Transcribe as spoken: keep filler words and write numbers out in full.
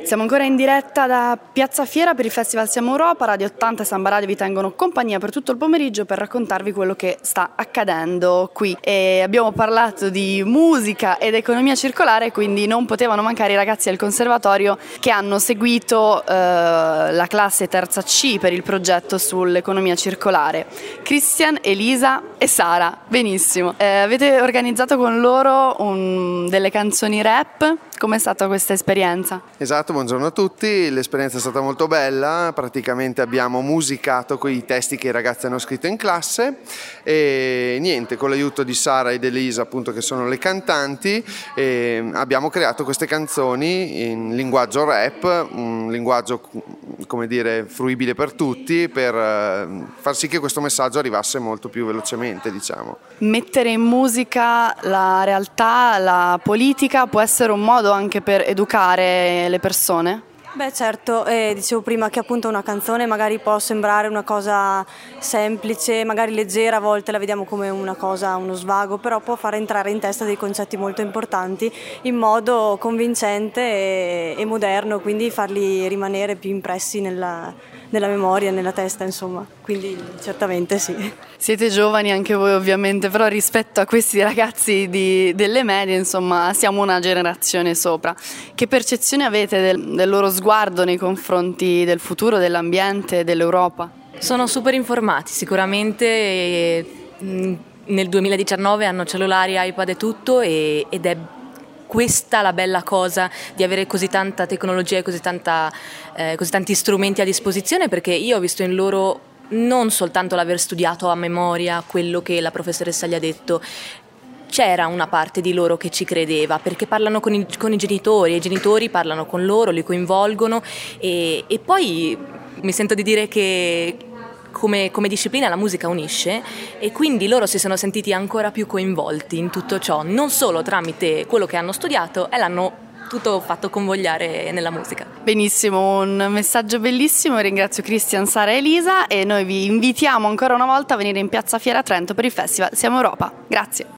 Siamo ancora in diretta da Piazza Fiera per il Festival Siamo Europa. Radio ottanta e Samba Radio vi tengono compagnia per tutto il pomeriggio per raccontarvi quello che sta accadendo qui. E abbiamo parlato di musica ed economia circolare, quindi non potevano mancare i ragazzi del conservatorio che hanno seguito eh, la classe terza C per il progetto sull'economia circolare. Christian, Elisa e Sara. Benissimo. Eh, avete organizzato con loro un, delle canzoni rap. Com'è stata questa esperienza? Esatto, buongiorno a tutti, l'esperienza è stata molto bella, praticamente abbiamo musicato quei testi che i ragazzi hanno scritto in classe e niente, con l'aiuto di Sara ed Elisa, appunto, che sono le cantanti, e abbiamo creato queste canzoni in linguaggio rap, un linguaggio, come dire, fruibile per tutti, per far sì che questo messaggio arrivasse molto più velocemente, diciamo. Mettere in musica la realtà, la politica può essere un modo anche per educare le persone? Beh certo, eh, dicevo prima che appunto una canzone magari può sembrare una cosa semplice, magari leggera, a volte la vediamo come una cosa, uno svago, però può far entrare in testa dei concetti molto importanti in modo convincente e, e moderno, quindi farli rimanere più impressi nella, nella memoria, nella testa, insomma, quindi certamente sì. Siete giovani anche voi ovviamente, però rispetto a questi ragazzi di, delle medie, insomma, siamo una generazione sopra. Che percezione avete del, del loro sguardo nei confronti del futuro, dell'ambiente, dell'Europa? Sono super informati sicuramente, e nel duemiladiciannove hanno cellulari, iPad e tutto, e, ed è questa la bella cosa di avere così tanta tecnologia e così, tanta, eh, così tanti strumenti a disposizione, perché io ho visto in loro non soltanto l'aver studiato a memoria quello che la professoressa gli ha detto. C'era una parte di loro che ci credeva, perché parlano con i, con i genitori, e i genitori parlano con loro, li coinvolgono, e, e poi mi sento di dire che come, come disciplina la musica unisce, e quindi loro si sono sentiti ancora più coinvolti in tutto ciò, non solo tramite quello che hanno studiato, e l'hanno tutto fatto convogliare nella musica. Benissimo, un messaggio bellissimo. Ringrazio Christian, Sara e Elisa, e noi vi invitiamo ancora una volta a venire in Piazza Fiera a Trento per il Festival Siamo Europa. Grazie.